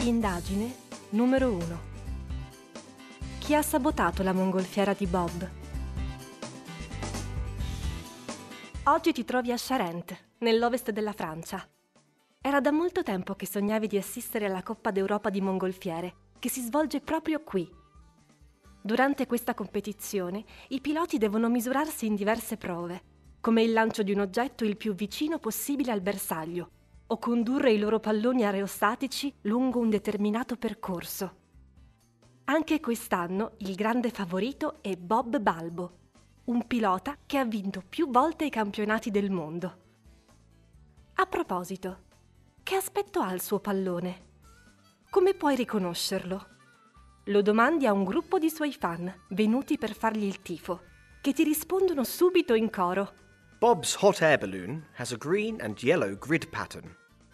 Indagine numero 1. Chi ha sabotato la mongolfiera di Bob? Oggi ti trovi a Charente, nell'ovest della Francia. Era da molto tempo che sognavi di assistere alla Coppa d'Europa di mongolfiere, che si svolge proprio qui. Durante questa competizione, i piloti devono misurarsi in diverse prove, come il lancio di un oggetto il più vicino possibile al bersaglio, o condurre i loro palloni aerostatici lungo un determinato percorso. Anche quest'anno il grande favorito è Bob Balbo, un pilota che ha vinto più volte i campionati del mondo. A proposito, che aspetto ha il suo pallone? Come puoi riconoscerlo? Lo domandi a un gruppo di suoi fan, venuti per fargli il tifo, che ti rispondono subito in coro. Bob's hot air balloon has a green and yellow grid pattern.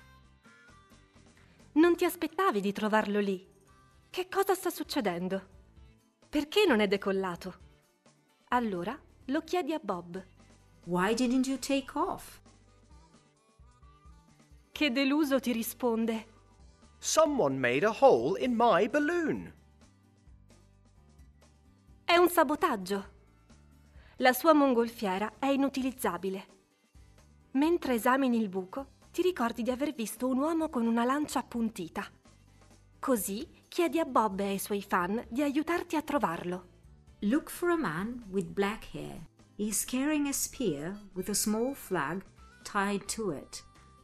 Non ti aspettavi di trovarlo lì? Che cosa sta succedendo? Perché non è decollato? Allora lo chiedi a Bob. Why didn't you take off? Che deluso ti risponde. Someone made a hole in my balloon. È un sabotaggio. La sua mongolfiera è inutilizzabile. Mentre esamini il buco, ti ricordi di aver visto un uomo con una lancia appuntita. Così chiedi a Bob e ai suoi fan di aiutarti a trovarlo. Look for a man with black hair. He's carrying a spear with a small flag tied to it.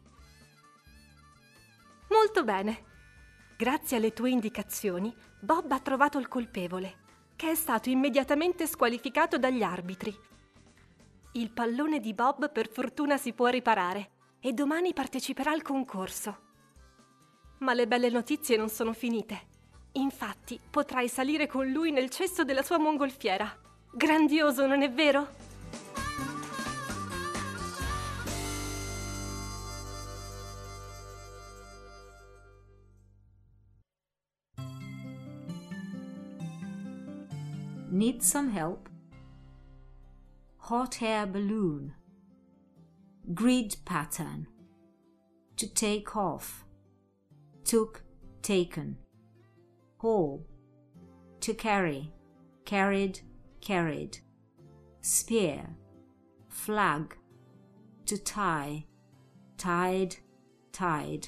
Molto bene. Grazie alle tue indicazioni, Bob ha trovato il colpevole, che è stato immediatamente squalificato dagli arbitri. Il pallone di Bob per fortuna si può riparare e domani parteciperà al concorso. Ma le belle notizie non sono finite. Infatti, potrai salire con lui nel cesso della sua mongolfiera. Grandioso, non è vero? Need some help? Hot air balloon. Grid pattern. To take off. Took, taken. Haul. To carry. Carried, carried. Spear. Flag. To tie. Tied, tied.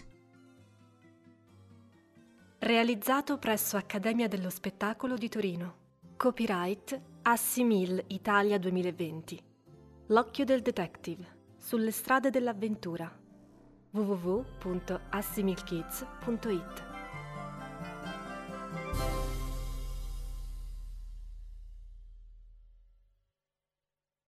Realizzato presso Accademia dello Spettacolo di Torino. Copyright Assimil Italia 2020. L'occhio del detective. Sulle strade dell'avventura. www.assimilkids.it